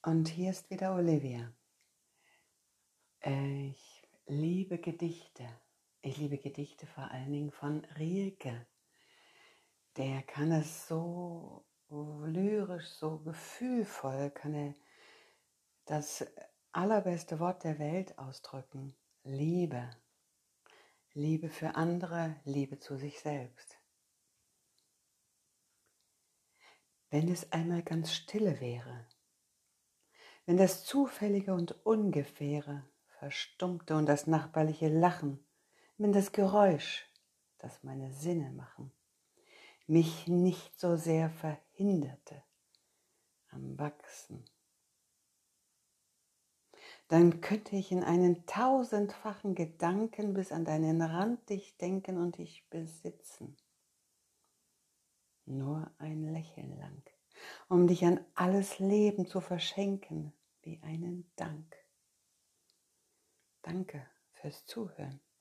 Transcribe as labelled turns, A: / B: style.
A: Und hier ist wieder Olivia. Ich liebe Gedichte. Ich liebe Gedichte vor allen Dingen von Rilke. Der kann es so lyrisch, so gefühlvoll, kann er das allerbeste Wort der Welt ausdrücken. Liebe. Liebe für andere, Liebe zu sich selbst. Wenn es einmal ganz stille wäre, wenn das Zufällige und Ungefähre verstummte und das nachbarliche Lachen, wenn das Geräusch, das meine Sinne machen, mich nicht so sehr verhinderte am Wachsen, dann könnte ich in einen tausendfachen Gedanken bis an deinen Rand dich denken und dich besitzen. Nur ein Lächeln lang, um dich an alles Leben zu verschenken wie einen Dank. Danke fürs Zuhören.